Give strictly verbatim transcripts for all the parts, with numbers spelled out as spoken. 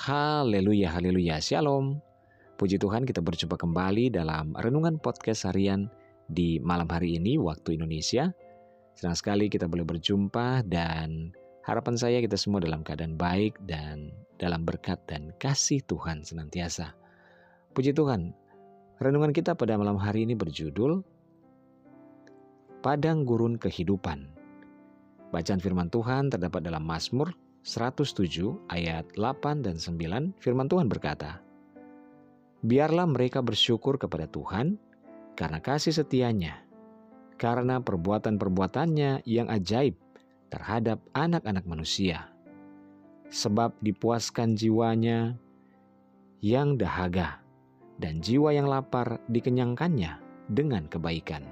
Haleluya, haleluya, shalom. Puji Tuhan, kita berjumpa kembali dalam Renungan Podcast Harian di malam hari ini waktu Indonesia. Senang sekali kita boleh berjumpa dan harapan saya kita semua dalam keadaan baik dan dalam berkat dan kasih Tuhan senantiasa. Puji Tuhan, renungan kita pada malam hari ini berjudul Padang Gurun Kehidupan. Bacaan firman Tuhan terdapat dalam Mazmur seratus tujuh ayat delapan dan sembilan. Firman Tuhan berkata, biarlah mereka bersyukur kepada Tuhan karena kasih setianya, karena perbuatan-perbuatannya yang ajaib terhadap anak-anak manusia. Sebab dipuaskan jiwanya yang dahaga, dan jiwa yang lapar dikenyangkannya dengan kebaikan.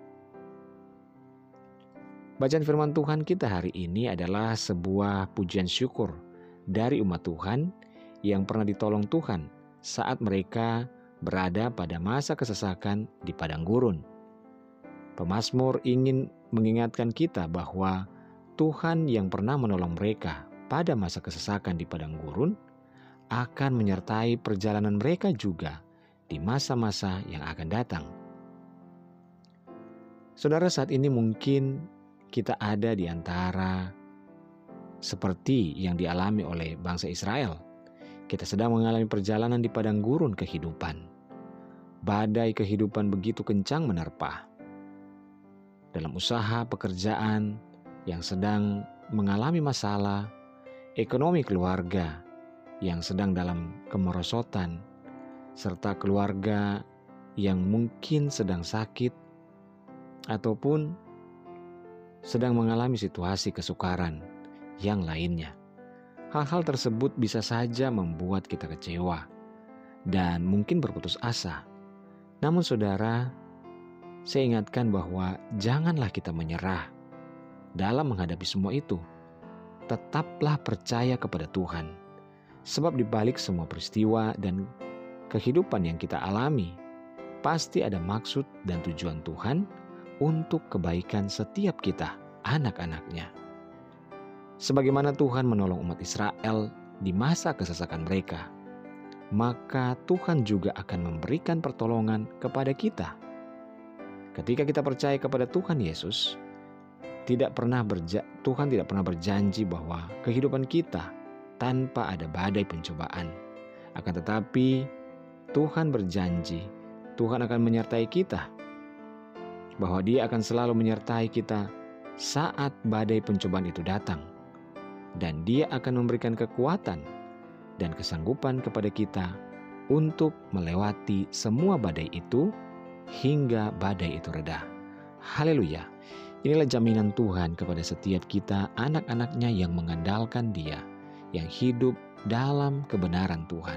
Bacaan firman Tuhan kita hari ini adalah sebuah pujian syukur dari umat Tuhan yang pernah ditolong Tuhan saat mereka berada pada masa kesesakan di padang gurun. Pemazmur ingin mengingatkan kita bahwa Tuhan yang pernah menolong mereka pada masa kesesakan di padang gurun akan menyertai perjalanan mereka juga di masa-masa yang akan datang. Saudara, saat ini mungkin kita ada di antara seperti yang dialami oleh bangsa Israel. Kita sedang mengalami perjalanan di padang gurun kehidupan. Badai kehidupan begitu kencang menerpa. Dalam usaha pekerjaan yang sedang mengalami masalah, ekonomi keluarga yang sedang dalam kemerosotan, serta keluarga yang mungkin sedang sakit ataupun sedang mengalami situasi kesukaran yang lainnya. Hal-hal tersebut bisa saja membuat kita kecewa dan mungkin berputus asa. Namun saudara, saya ingatkan bahwa janganlah kita menyerah dalam menghadapi semua itu. Tetaplah percaya kepada Tuhan. Sebab di balik semua peristiwa dan kehidupan yang kita alami, pasti ada maksud dan tujuan Tuhan untuk kebaikan setiap kita, anak-anaknya. Sebagaimana Tuhan menolong umat Israel di masa kesesakan mereka, maka Tuhan juga akan memberikan pertolongan kepada kita. Ketika kita percaya kepada Tuhan Yesus, tidak pernah berja- Tuhan tidak pernah berjanji bahwa kehidupan kita tanpa ada badai pencobaan. Akan tetapi Tuhan berjanji, Tuhan akan menyertai kita, bahwa Dia akan selalu menyertai kita saat badai pencobaan itu datang. Dan Dia akan memberikan kekuatan dan kesanggupan kepada kita untuk melewati semua badai itu hingga badai itu reda. Haleluya. Inilah jaminan Tuhan kepada setiap kita, anak-anak-Nya yang mengandalkan Dia, yang hidup dalam kebenaran Tuhan.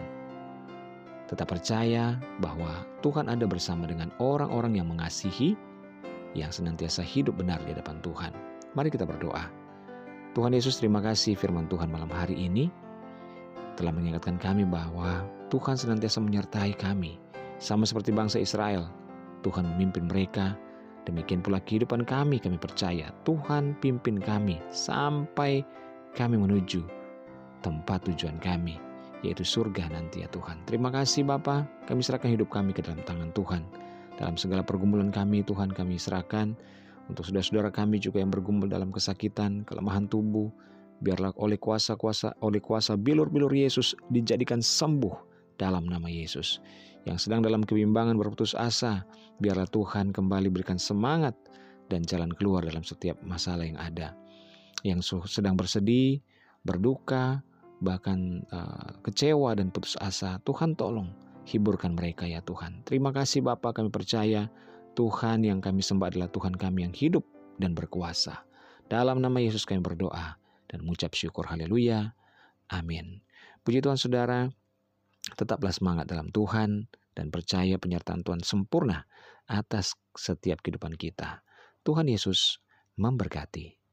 Tetap percaya bahwa Tuhan ada bersama dengan orang-orang yang mengasihi, yang senantiasa hidup benar di hadapan Tuhan. Mari kita berdoa. Tuhan Yesus, terima kasih firman Tuhan malam hari ini telah mengingatkan kami bahwa Tuhan senantiasa menyertai kami. Sama seperti bangsa Israel, Tuhan memimpin mereka. Demikian pula kehidupan kami, kami percaya Tuhan pimpin kami sampai kami menuju tempat tujuan kami, yaitu surga nanti ya Tuhan. Terima kasih Bapa, kami serahkan hidup kami ke dalam tangan Tuhan. Dalam segala pergumulan kami, Tuhan kami serahkan. Untuk saudara-saudara kami juga yang bergumul dalam kesakitan, kelemahan tubuh, biarlah oleh kuasa-kuasa, oleh kuasa bilur-bilur Yesus dijadikan sembuh dalam nama Yesus. Yang sedang dalam kebimbangan berputus asa, biarlah Tuhan kembali berikan semangat dan jalan keluar dalam setiap masalah yang ada. Yang sedang bersedih, berduka, bahkan uh, kecewa dan putus asa, Tuhan tolong hiburkan mereka ya Tuhan. Terima kasih Bapa, kami percaya Tuhan yang kami sembah adalah Tuhan kami yang hidup dan berkuasa. Dalam nama Yesus kami berdoa dan mengucap syukur. Haleluya. Amin. Puji Tuhan saudara, tetaplah semangat dalam Tuhan dan percaya penyertaan Tuhan sempurna atas setiap kehidupan kita. Tuhan Yesus memberkati.